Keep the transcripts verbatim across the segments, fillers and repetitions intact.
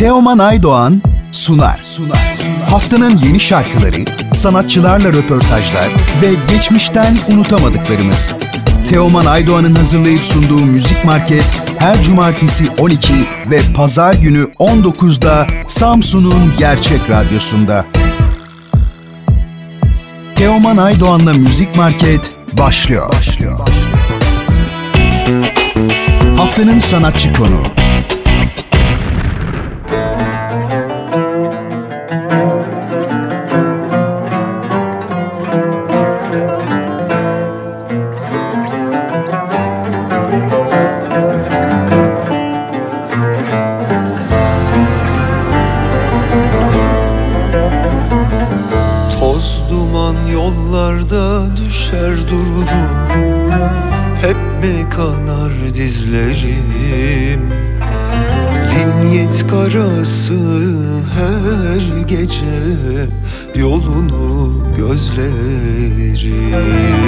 Teoman Aydoğan sunar. sunar. Haftanın yeni şarkıları, sanatçılarla röportajlar ve geçmişten unutamadıklarımız. Teoman Aydoğan'ın hazırlayıp sunduğu Müzik Market her cumartesi on iki ve pazar günü on dokuzda Samsun'un Gerçek Radyosu'nda. Teoman Aydoğan'la Müzik Market başlıyor. başlıyor. Haftanın sanatçı konuğu. Yollarda düşer dururum, hep mi kanar dizlerim? Linyit karası her gece yolunu gözlerim.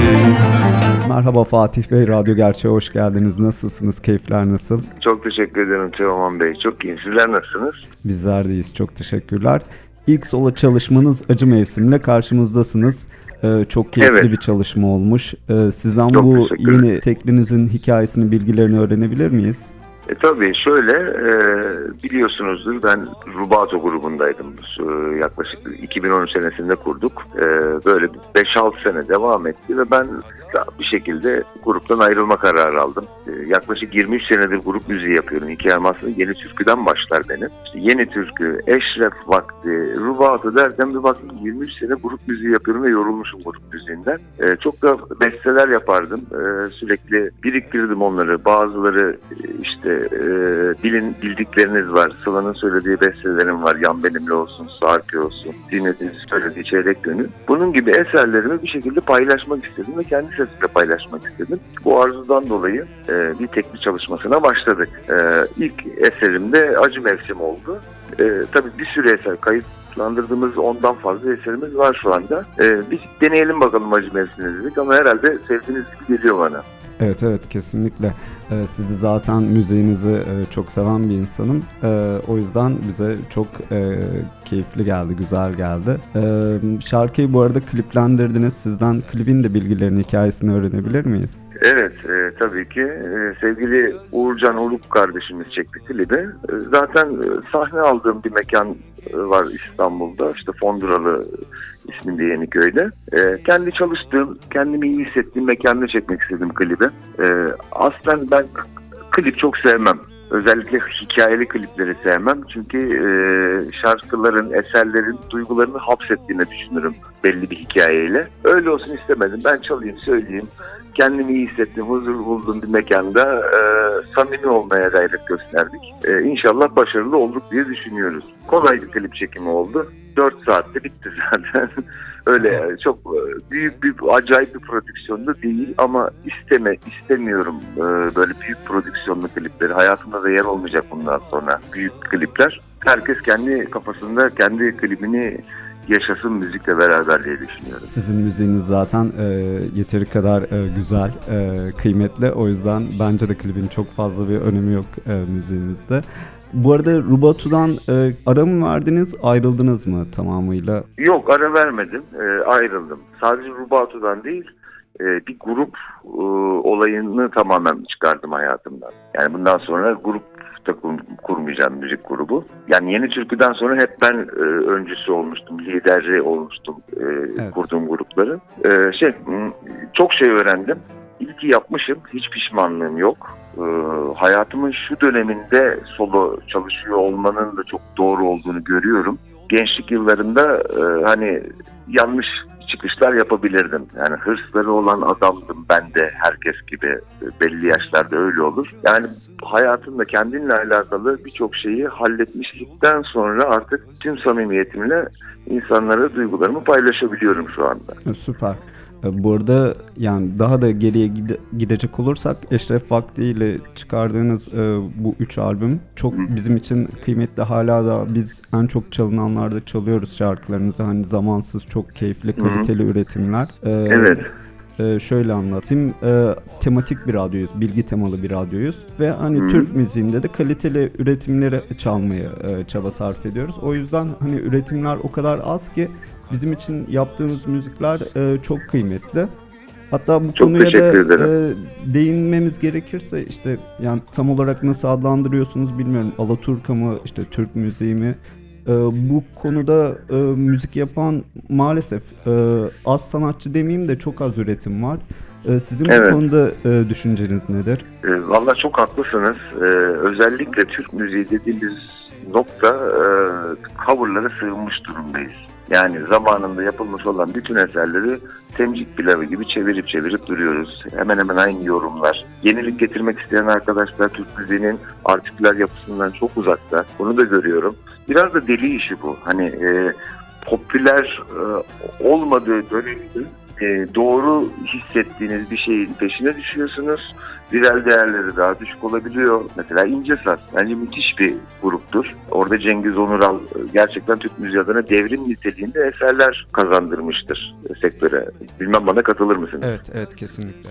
Merhaba Fatih Bey, Radyo Gerçek'e hoş geldiniz. Nasılsınız? Keyifler nasıl? Çok teşekkür ederim Teoman Bey. Çok iyiyim. Sizler nasılsınız? Bizler deyiz. Çok teşekkürler. İlk solo çalışmanız Acı Mevsim'le karşımızdasınız. Ee, çok keyifli evet. bir çalışma olmuş. Ee, sizden çok bu yeni teklinizin hikayesini, bilgilerini öğrenebilir miyiz? E, tabii şöyle e, biliyorsunuzdur, ben Rubato grubundaydım. E, yaklaşık iki bin on üç senesinde kurduk. E, böyle beş altı sene devam etti ve ben bir şekilde gruptan ayrılma kararı aldım. E, yaklaşık yirmi üç senedir grup müziği yapıyorum. Hikayem aslında Yeni Türkü'den başlar benim. İşte Yeni Türkü, Eşref Vakti, Rubato derken bir baktım yirmi üç sene grup müziği yapıyorum ve yorulmuşum grup müziğinden. E, çok da besteler yapardım. E, sürekli biriktirdim onları. Bazıları işte E, bilin bildikleriniz var. Sıla'nın söylediği bestelerim var. Yan Benimle olsun, Sarki olsun, Zinet'in söylediği Çeyrek Gönül. Bunun gibi eserlerimi bir şekilde paylaşmak istedim ve kendi sesimle paylaşmak istedim. Bu arzudan dolayı e, bir teknik çalışmasına başladık. E, ilk eserim de Acı Mevsim oldu. E, tabii bir sürü eser kayıtlandırdığımız ondan fazla eserimiz var şu anda. E, bir deneyelim bakalım Acı Mevsim'i dedik ama herhalde sevdiğiniz gibi geliyor bana. Evet evet kesinlikle. Ee, sizi zaten müziğinizi e, çok seven bir insanım. Ee, o yüzden bize çok e, keyifli geldi, güzel geldi. Ee, şarkıyı bu arada kliplendirdiniz. Sizden klibin de bilgilerini, hikayesini öğrenebilir miyiz? Evet e, tabii ki. E, sevgili Uğurcan Uruk kardeşimiz çekti klibi. E, zaten e, sahne aldığım bir mekan e, var İstanbul'da. İşte Fonduralı isminde Yeniköy'de. E, kendi çalıştığım, kendimi iyi hissettiğim mekanda çekmek istedim klibi. E, aslen ben klip çok sevmem. Özellikle hikayeli klipleri sevmem. Çünkü e, şarkıların, eserlerin duygularını hapsettiğini düşünürüm belli bir hikayeyle. Öyle olsun istemedim. Ben çalayım, söyleyeyim. Kendimi iyi hissettim, huzur bulduğum bir mekanda e, samimi olmaya gayret gösterdik. E, İnşallah başarılı olduk diye düşünüyoruz. Kolay bir klip çekimi oldu. dört saatte bitti zaten. Öyle çok büyük bir, acayip bir prodüksiyonda değil ama isteme, istemiyorum böyle büyük prodüksiyonlu klipleri. Hayatımda da yer olmayacak bundan sonra büyük klipler. Herkes kendi kafasında kendi klibini yaşasın müzikle beraber diye düşünüyorum. Sizin müziğiniz zaten e, yeteri kadar e, güzel, e, kıymetli. O yüzden bence de klibin çok fazla bir önemi yok e, müziğinizde. Bu arada Rubato'dan e, ara mı verdiniz, ayrıldınız mı tamamıyla? Yok, ara vermedim, e, ayrıldım. Sadece Rubato'dan değil, e, bir grup e, olayını tamamen çıkardım hayatımdan. Yani bundan sonra grup da kur, kurmayacağım, müzik grubu. Yani Yeni Türkü'den sonra hep ben e, öncüsü olmuştum, lideri olmuştum e, evet. kurduğum grupları. E, şey, çok şey öğrendim. İyi ki yapmışım, hiç pişmanlığım yok. Ee, hayatımın şu döneminde solo çalışıyor olmanın da çok doğru olduğunu görüyorum. Gençlik yıllarında e, hani yanlış çıkışlar yapabilirdim. Yani hırsları olan adamdım ben de, herkes gibi belli yaşlarda öyle olur. Yani hayatımda kendinle alakalı birçok şeyi halletmişlikten sonra artık tüm samimiyetimle insanlara duygularımı paylaşabiliyorum şu anda. Süper. Bu arada yani daha da geriye gide- gidecek olursak Eşref Vakti ile çıkardığınız e, bu üç albüm çok bizim için kıymetli. Hala da biz en çok çalınanlarda çalıyoruz şarkılarınızı. Hani zamansız, çok keyifli, kaliteli Hı-hı. üretimler. E, evet. e, şöyle anlatayım. E, tematik bir radyoyuz, bilgi temalı bir radyoyuz ve hani hmm. Türk müziğinde de kaliteli üretimleri çalmaya e, çaba sarf ediyoruz. O yüzden hani üretimler o kadar az ki bizim için yaptığınız müzikler e, çok kıymetli. Hatta bu çok konuya da e, değinmemiz gerekirse işte yani tam olarak nasıl adlandırıyorsunuz bilmiyorum. Alaturka mı, işte Türk müziği mi? E, bu konuda e, müzik yapan maalesef e, az sanatçı demeyeyim de çok az üretim var. E, sizin evet. bu konuda e, düşünceniz nedir? E, vallahi çok haklısınız. E, özellikle Türk müziği dediğimiz nokta e, coverlara sığınmış durumdayız. Yani zamanında yapılmış olan bütün eserleri temcik pilavı gibi çevirip çevirip duruyoruz. Hemen hemen aynı yorumlar. Yenilik getirmek isteyen arkadaşlar Türk müziğinin artiküler yapısından çok uzakta. Bunu da görüyorum. Biraz da deli işi bu. Hani e, popüler e, olmadığı dönemde e, doğru hissettiğiniz bir şeyin peşine düşüyorsunuz. Viral değerleri daha düşük olabiliyor. Mesela İnce Saz bence müthiş bir gruptur. Orada Cengiz Onural gerçekten Türk müziği adına devrim niteliğinde eserler kazandırmıştır sektöre. Bilmem bana katılır mısınız? Evet, evet kesinlikle.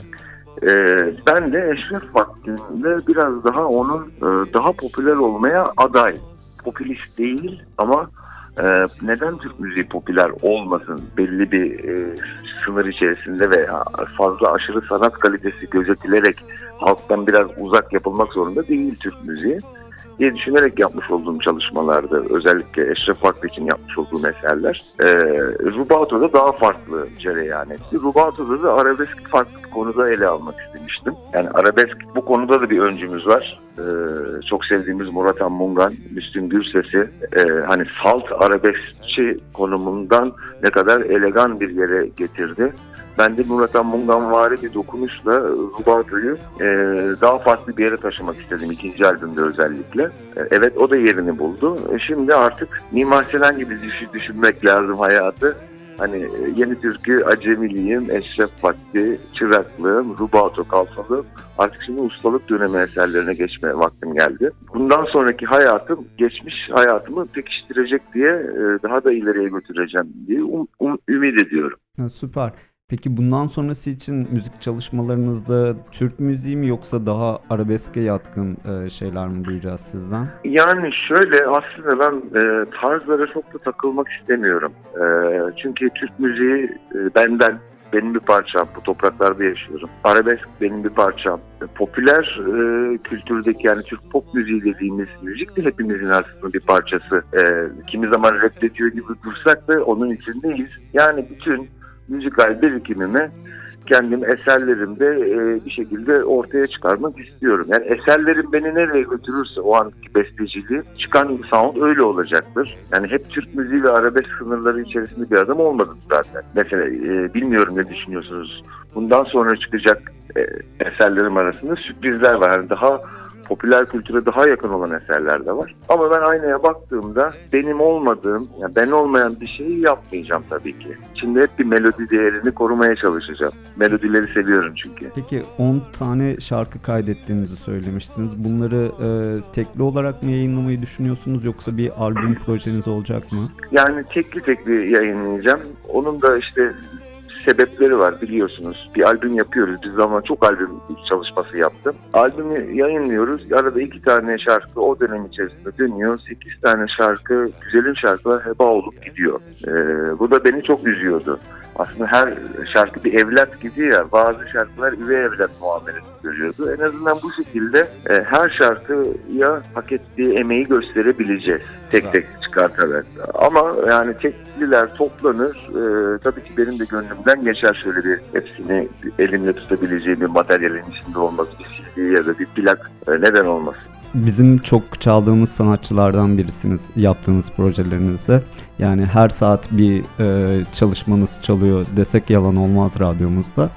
Ee, ben de Eşref vaktinde biraz daha onun e, daha popüler olmaya aday. Popülist değil ama e, neden Türk müziği popüler olmasın belli bir e, sınır içerisinde ve fazla aşırı sanat kalitesi gözetilerek halktan biraz uzak yapılmak zorunda değil Türk müziği diye düşünerek yapmış olduğum çalışmalarda özellikle Eşref Vakti için yapmış olduğum eserler e, Rubato'da daha farklı cereyan etti. Rubato'da da arabesk farklı bir konuda ele almak istemiştim. Yani arabesk bu konuda da bir öncümüz var. Ee, çok sevdiğimiz Murat Han Mungan, Müslüm Gürses'i e, hani salt arabeskçi konumundan ne kadar elegan bir yere getirdi. Ben de Murat Han Munganvari bir dokunuşla Rubato'yu e, daha farklı bir yere taşımak istedim ikinci albümde özellikle. E, evet o da yerini buldu. E, şimdi artık Mimar Sinan gibi düşün, düşünmek lazım hayatı. Hani yeni türkü, acemiliyim, Eşref Vakti, çıraklığım, Rubato kalfalığım. Artık şimdi ustalık dönemi eserlerine geçme vaktim geldi. Bundan sonraki hayatım, geçmiş hayatımı pekiştirecek diye daha da ileriye götüreceğim diye um, um, ümit ediyorum. Ha, süper. Peki bundan sonrası için müzik çalışmalarınızda Türk müziği mi yoksa daha arabeske yatkın e, şeyler mi duyacağız sizden? Yani şöyle aslında ben e, tarzlara çok da takılmak istemiyorum. E, çünkü Türk müziği e, benden, benim bir parçam. Bu topraklarda yaşıyorum. Arabesk benim bir parçam. E, popüler e, kültürdeki yani Türk pop müziği dediğimiz müzik de hepimizin aslında bir parçası. E, kimi zaman reddediyor gibi dursak da onun içindeyiz. Yani bütün müzikal birikimimi kendim eserlerimde e, bir şekilde ortaya çıkarmak istiyorum. Yani eserlerim beni nereye götürürse o anki besteciliği çıkan sound öyle olacaktır. Yani hep Türk müziği ve arabesk sınırları içerisinde bir adam olmadım zaten. Mesela e, bilmiyorum ne düşünüyorsunuz. Bundan sonra çıkacak e, eserlerim arasında sürprizler var. Yani daha popüler kültüre daha yakın olan eserler de var. Ama ben aynaya baktığımda benim olmadığım, yani ben olmayan bir şeyi yapmayacağım tabii ki. Şimdi hep bir melodi değerini korumaya çalışacağım. Melodileri seviyorum çünkü. Peki on tane şarkı kaydettiğinizi söylemiştiniz. Bunları e, tekli olarak mı yayınlamayı düşünüyorsunuz yoksa bir albüm projeniz olacak mı? Yani tekli tekli yayınlayacağım. Onun da işte sebepleri var biliyorsunuz. Bir albüm yapıyoruz. Biz zaman çok albüm çalışması yaptım. Albümü yayınlıyoruz. Arada iki tane şarkı o dönem içerisinde dönüyor. Sekiz tane şarkı, güzelim şarkılar heba olup gidiyor. Ee, bu da beni çok üzüyordu. Aslında her şarkı bir evlat gibi ya. Bazı şarkılar üvey evlat muamelesi görüyordu. En azından bu şekilde e, her şarkıya hak ettiği emeği gösterebileceğiz. Tek tek çıkartarak. Ama yani tekliler toplanır. E, tabii ki benim de gönlümden geçer şöyle bir hepsini elimle tutabileceğim bir materyalin içinde olması. Bir C D ya da bir plak e, neden olmasın. Bizim çok çaldığımız sanatçılardan birisiniz yaptığınız projelerinizde. Yani her saat bir e, çalışmanız çalıyor desek yalan olmaz radyomuzda.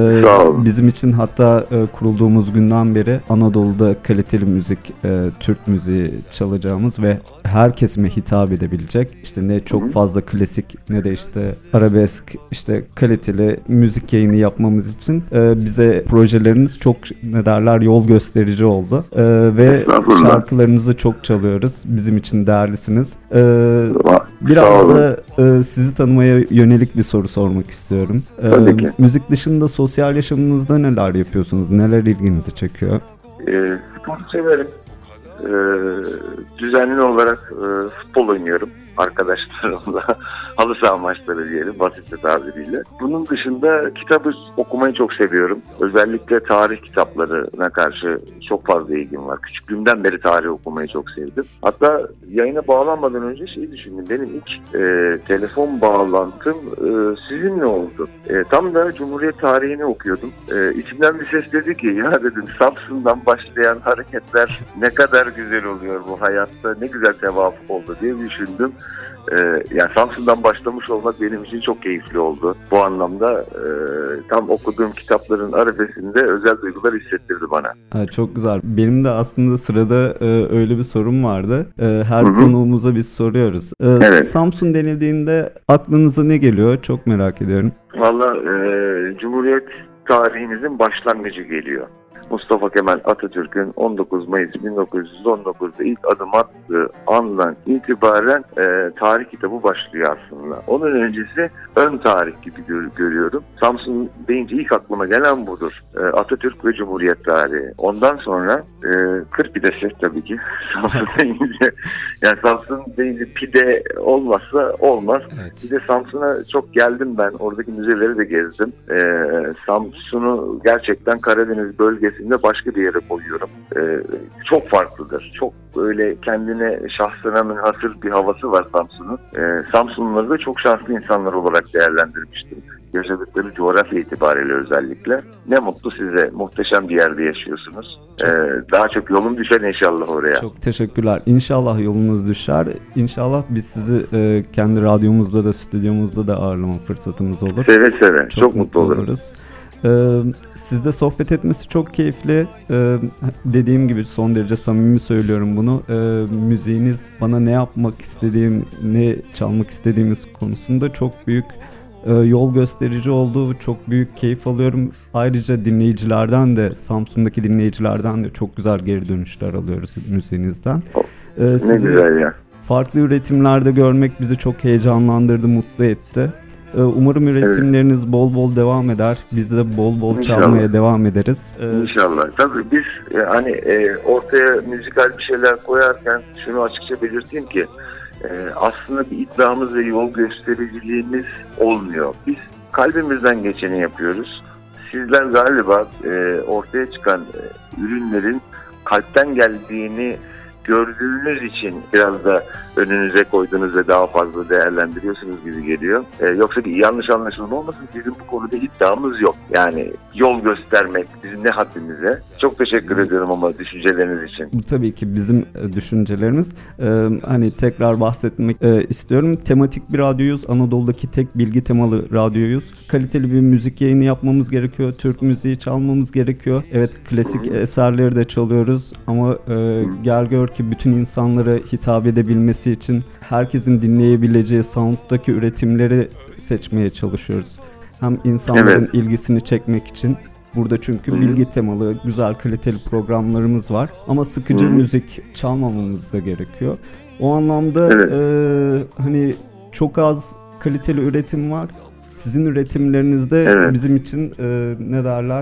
E, bizim için hatta e, kurulduğumuz günden beri Anadolu'da kaliteli müzik, e, Türk müziği çalacağımız ve her kesime hitap edebilecek, işte ne çok fazla klasik ne de işte arabesk, işte kaliteli müzik yayını yapmamız için e, bize projeleriniz çok ne derler yol gösterici oldu. E, ve şarkılarınızı çok çalıyoruz. Bizim için değerlisiniz. E, biraz da e, sizi tanımaya yönelik bir soru sormak istiyorum. E, müzik dışında sosyal yaşamınızda neler yapıyorsunuz? Neler ilginizi çekiyor? E, spor severim. E, düzenli olarak e, futbol oynuyorum arkadaşlarımla. Halı saha maçları diyelim basit tabiriyle. Bunun dışında kitabı okumayı çok seviyorum. Özellikle tarih kitaplarına karşı çok fazla ilgim var. Küçüklüğümden beri tarih okumayı çok sevdim. Hatta yayına bağlanmadan önce şeyi düşündüm. Benim ilk e, telefon bağlantım e, sizinle oldu. E, tam da Cumhuriyet tarihini okuyordum. E, içimden bir ses dedi ki ya dedim Samsun'dan başlayan hareketler ne kadar güzel oluyor bu hayatta. Ne güzel tevafuk oldu diye düşündüm. Ee, yani Samsun'dan başlamış olmak benim için çok keyifli oldu. Bu anlamda e, tam okuduğum kitapların arifesinde özel duygular hissettirdi bana. Ha, çok güzel. Benim de aslında sırada e, öyle bir sorum vardı. E, her Hı-hı. konuğumuza biz soruyoruz. E, evet. Samsun denildiğinde aklınıza ne geliyor? Çok merak ediyorum. Vallahi e, Cumhuriyet tarihimizin başlangıcı geliyor. Mustafa Kemal Atatürk'ün on dokuz Mayıs bin dokuz yüz on dokuzda ilk adım attığı andan itibaren e, tarih kitabı başlıyor aslında. Onun öncesi ön tarih gibi gör, görüyorum. Samsun deyince ilk aklıma gelen budur. E, Atatürk ve Cumhuriyet tarihi. Ondan sonra e, kır pidesi tabii ki. Samsun deyince, yani Samsun deyince pide olmazsa olmaz. Evet. Bir de Samsun'a çok geldim ben. Oradaki müzeleri de gezdim. E, Samsun'u gerçekten Karadeniz bölgesi başka bir yere koyuyorum. Ee, çok farklıdır. Çok öyle kendine şahsına münhasır bir havası var Samsun'un. Ee, Samsunluları da çok şanslı insanlar olarak değerlendirmiştim. Yaşadıkları coğrafya itibariyle özellikle. Ne mutlu size. Muhteşem bir yerde yaşıyorsunuz. Ee, daha çok yolun düşer inşallah oraya. Çok teşekkürler. İnşallah yolunuz düşer. İnşallah biz sizi e, kendi radyomuzda da stüdyomuzda da ağırlama fırsatımız olur. Seve seve. Çok, çok mutlu oluruz. Ee, sizle sohbet etmesi çok keyifli. Ee, dediğim gibi son derece samimi söylüyorum bunu. Ee, müziğiniz bana ne yapmak istediğim, ne çalmak istediğimiz konusunda çok büyük e, yol gösterici oldu. Çok büyük keyif alıyorum. Ayrıca dinleyicilerden de, Samsun'daki dinleyicilerden de çok güzel geri dönüşler alıyoruz müziğinizden. Ee, ne sizi güzel ya. Farklı üretimlerde görmek bizi çok heyecanlandırdı, mutlu etti. Umarım üretimleriniz evet. bol bol devam eder. Biz de bol bol İnşallah. çalmaya devam ederiz. İnşallah. Tabii biz hani ortaya müzikal bir şeyler koyarken şunu açıkça belirteyim ki aslında bir iddiamız ve yol göstericiliğimiz olmuyor. Biz kalbimizden geçeni yapıyoruz. Sizler galiba ortaya çıkan ürünlerin kalpten geldiğini gördüğünüz için biraz da önünüze koyduğunuz ve daha fazla değerlendiriyorsunuz gibi geliyor. Ee, yoksa bir yanlış anlaşılma olmasın, bizim bu konuda iddiamız yok. Yani yol göstermek bizim ne haddimize. Çok teşekkür hmm. ediyorum ama düşünceleriniz için. Bu tabii ki bizim düşüncelerimiz. Ee, hani tekrar bahsetmek e, istiyorum. Tematik bir radyoyuz. Anadolu'daki tek bilgi temalı radyoyuz. Kaliteli bir müzik yayını yapmamız gerekiyor. Türk müziği çalmamız gerekiyor. Evet, klasik hmm. eserleri de çalıyoruz ama e, hmm. gel gör ki bütün insanlara hitap edebilmesi için herkesin dinleyebileceği sound'daki üretimleri seçmeye çalışıyoruz. Hem insanların evet. ilgisini çekmek için. Burada çünkü Hı-hı. bilgi temalı, güzel kaliteli programlarımız var. Ama sıkıcı Hı-hı. müzik çalmamamız da gerekiyor. O anlamda evet. e, hani çok az kaliteli üretim var. Sizin üretimlerinizde evet. bizim için e, ne derler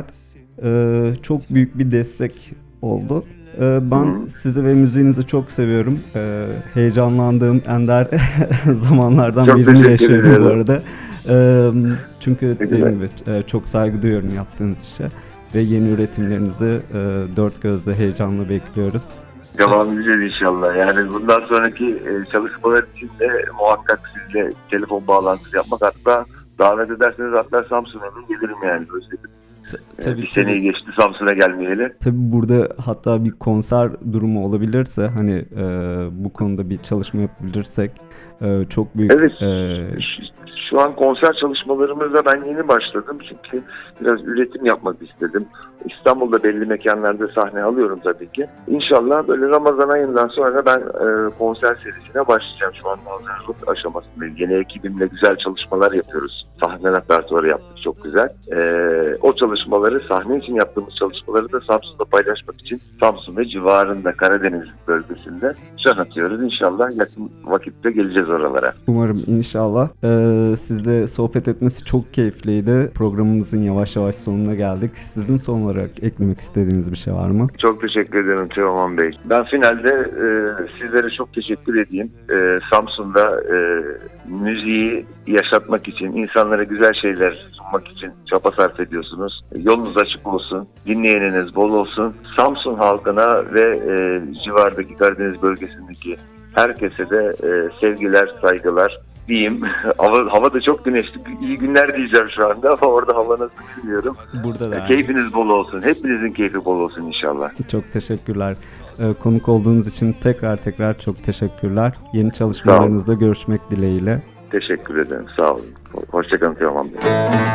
e, çok büyük bir destek oldu. Ben hmm. sizi ve müziğinizi çok seviyorum. Ee, heyecanlandığım ender zamanlardan çok birini yaşıyorum bu arada. Ee, çünkü dediğim gibi çok saygı duyuyorum yaptığınız işe ve yeni üretimlerinizi e, dört gözle heyecanla bekliyoruz. Devam edeceğiz inşallah. Yani bundan sonraki çalışmalar için de muhakkak sizle telefon bağlantısı yapmak, hatta davet ederseniz hatta Samsun'a gelirim yani. Özledim. Tabii, bir seneyi geçti Samsun'a gelmeyeli. Tabii burada hatta bir konser durumu olabilirse hani e, bu konuda bir çalışma yapabilirsek e, çok büyük. Evet. E, Şu an konser çalışmalarımıza ben yeni başladım çünkü biraz üretim yapmak istedim. İstanbul'da belli mekanlarda sahne alıyorum tabii ki. İnşallah böyle Ramazan ayından sonra ben e, konser serisine başlayacağım. Şu an hazırlık aşamasındayım. Yeni ekibimle güzel çalışmalar yapıyoruz. Sahne repertuarı yaptık çok güzel. E, o çalışmaları, sahne için yaptığımız çalışmaları da Samsun'da paylaşmak için Samsun ve civarında, Karadeniz bölgesinde can atıyoruz. İnşallah yakın vakitte geleceğiz oralara. Umarım inşallah. Ee, sizle sohbet etmesi çok keyifliydi. Programımızın yavaş yavaş sonuna geldik. Sizin son olarak eklemek istediğiniz bir şey var mı? Çok teşekkür ederim Teoman Bey. Ben finalde e, sizlere çok teşekkür edeyim. E, Samsun'da e, müziği yaşatmak için, insanlara güzel şeyler sunmak için çaba sarf ediyorsunuz. Yolunuz açık olsun, dinleyeniniz bol olsun. Samsun halkına ve e, civardaki Karadeniz bölgesindeki herkese de e, sevgiler, saygılar diyeyim. Hava, hava da çok güneşli. İyi günler diyeceğim şu anda ama orada hava nasıl bilmiyorum. Burada da. Keyfiniz bol olsun. Hepinizin keyfi bol olsun inşallah. Çok teşekkürler. Ee, konuk olduğunuz için tekrar tekrar çok teşekkürler. Yeni çalışmalarınızda görüşmek dileğiyle. Teşekkür ederim. Sağ olun. Hoşçakalın Teoman Bey.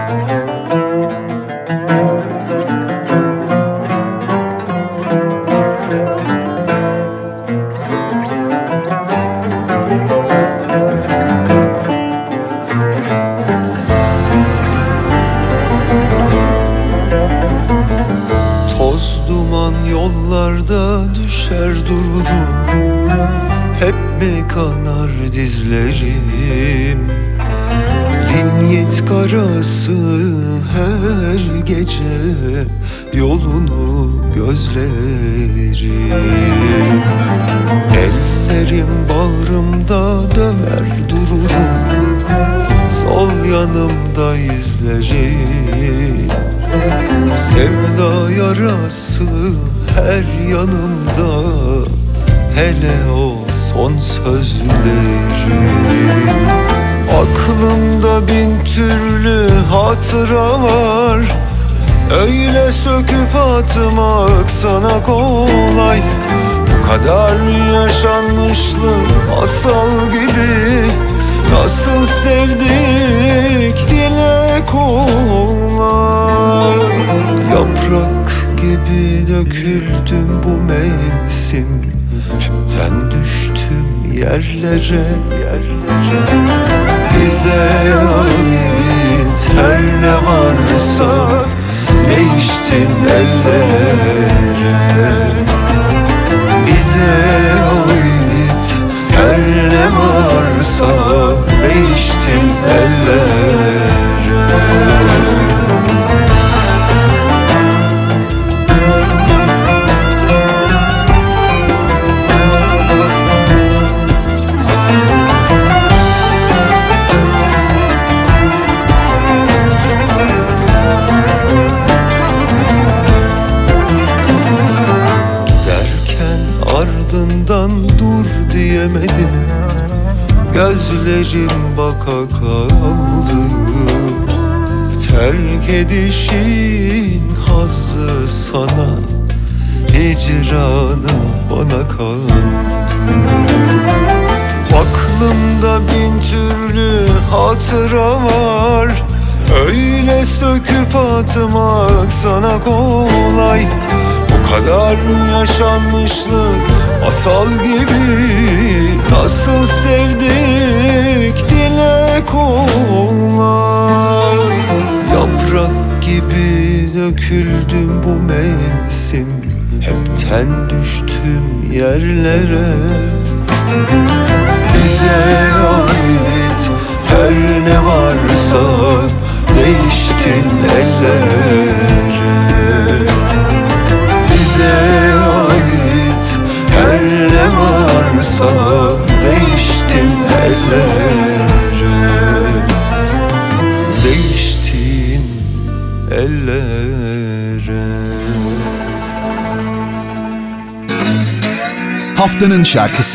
Yollarda düşer dururum, hep mi kanar dizlerim? Linyet karası her gece yolunu gözlerim. Ellerim bağrımda döver dururum, sol yanımda izlerim. Sevda yarası her yanımda, hele o son sözlerim. Aklımda bin türlü hatıra var, öyle söküp atmak sana kolay. Bu kadar yaşanmışlık masal gibi, nasıl sevdik dile kolay. Yaprak gibi döküldüm bu mevsim, hepten düştüm yerlere, yerlere. Bize ait her ne varsa değiştin ellere. Bize ait her ne varsa değiştin ellere. Ardından dur diyemedim, gözlerim baka kaldı. Terk edişin hazzı sana, hicranı bana kaldı. Aklımda bin türlü hatıra var, öyle söküp atmak sana kolay. Bu kadar yaşanmışlık masal gibi, nasıl sevdik dile kolay. Yaprak gibi döküldüm bu mevsim, hepten düştüm yerlere. Bize ait her ne varsa değiştin ellere. Bize ait her ne varsa değiştin ellere. Değiştin ellere. Haftanın şarkısı.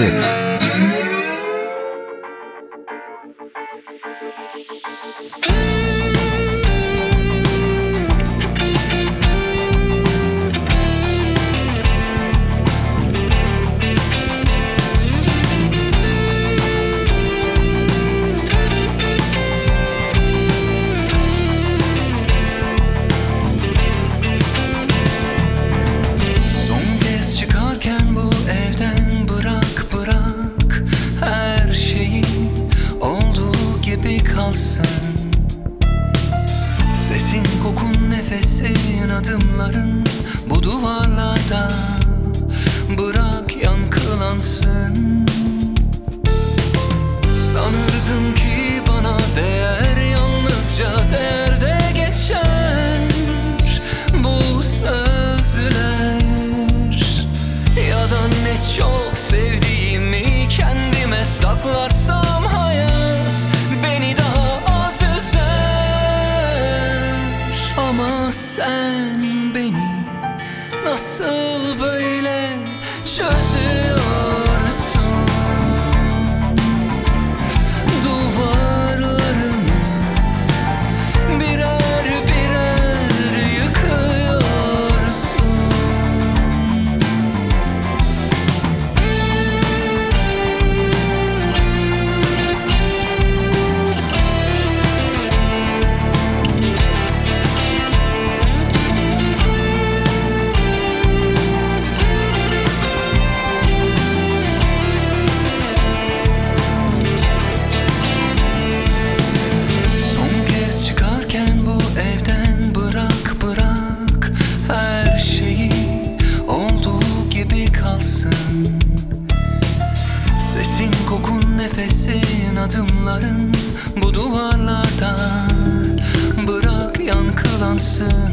yarın bu duvarlarda bırak yankılansın.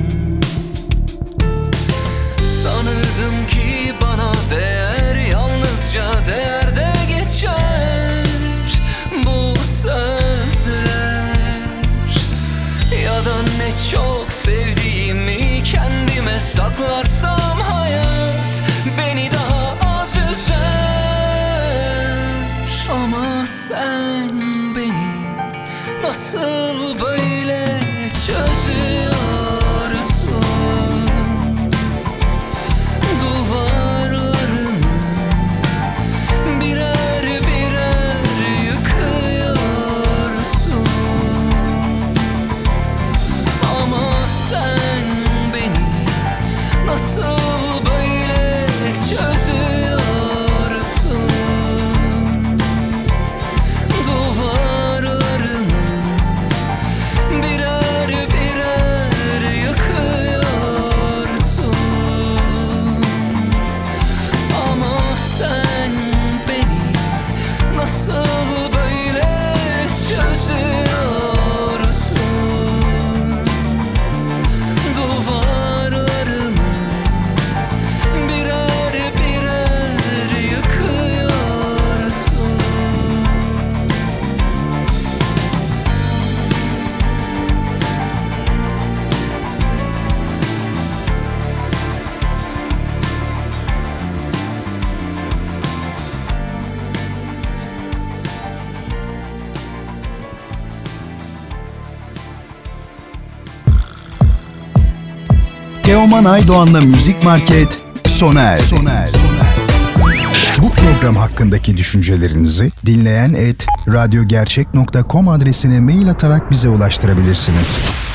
Sanırdım ki bana değer, yalnızca değerde geçer bu sözler. Ya da ne çok sevdiğimi kendime saklarsam hayat beni daha az üzer. Ama sen beni nasıl böyle çözüyorsun? Duvarlarımı birer birer yıkıyorsun. Ama sen beni nasıl böyle çözüyorsun? Duvarlarımı birer birer yıkıyorsun. Ama sen beni nasıl böyle çözüyorsun? Duvarlarımı birer birer yıkıyorsun. Teoman Aydoğan'la Müzik Market sona erdi. Sona erdi. Bu program hakkındaki düşüncelerinizi dinleyen et radyogercek nokta com adresine mail atarak bize ulaştırabilirsiniz.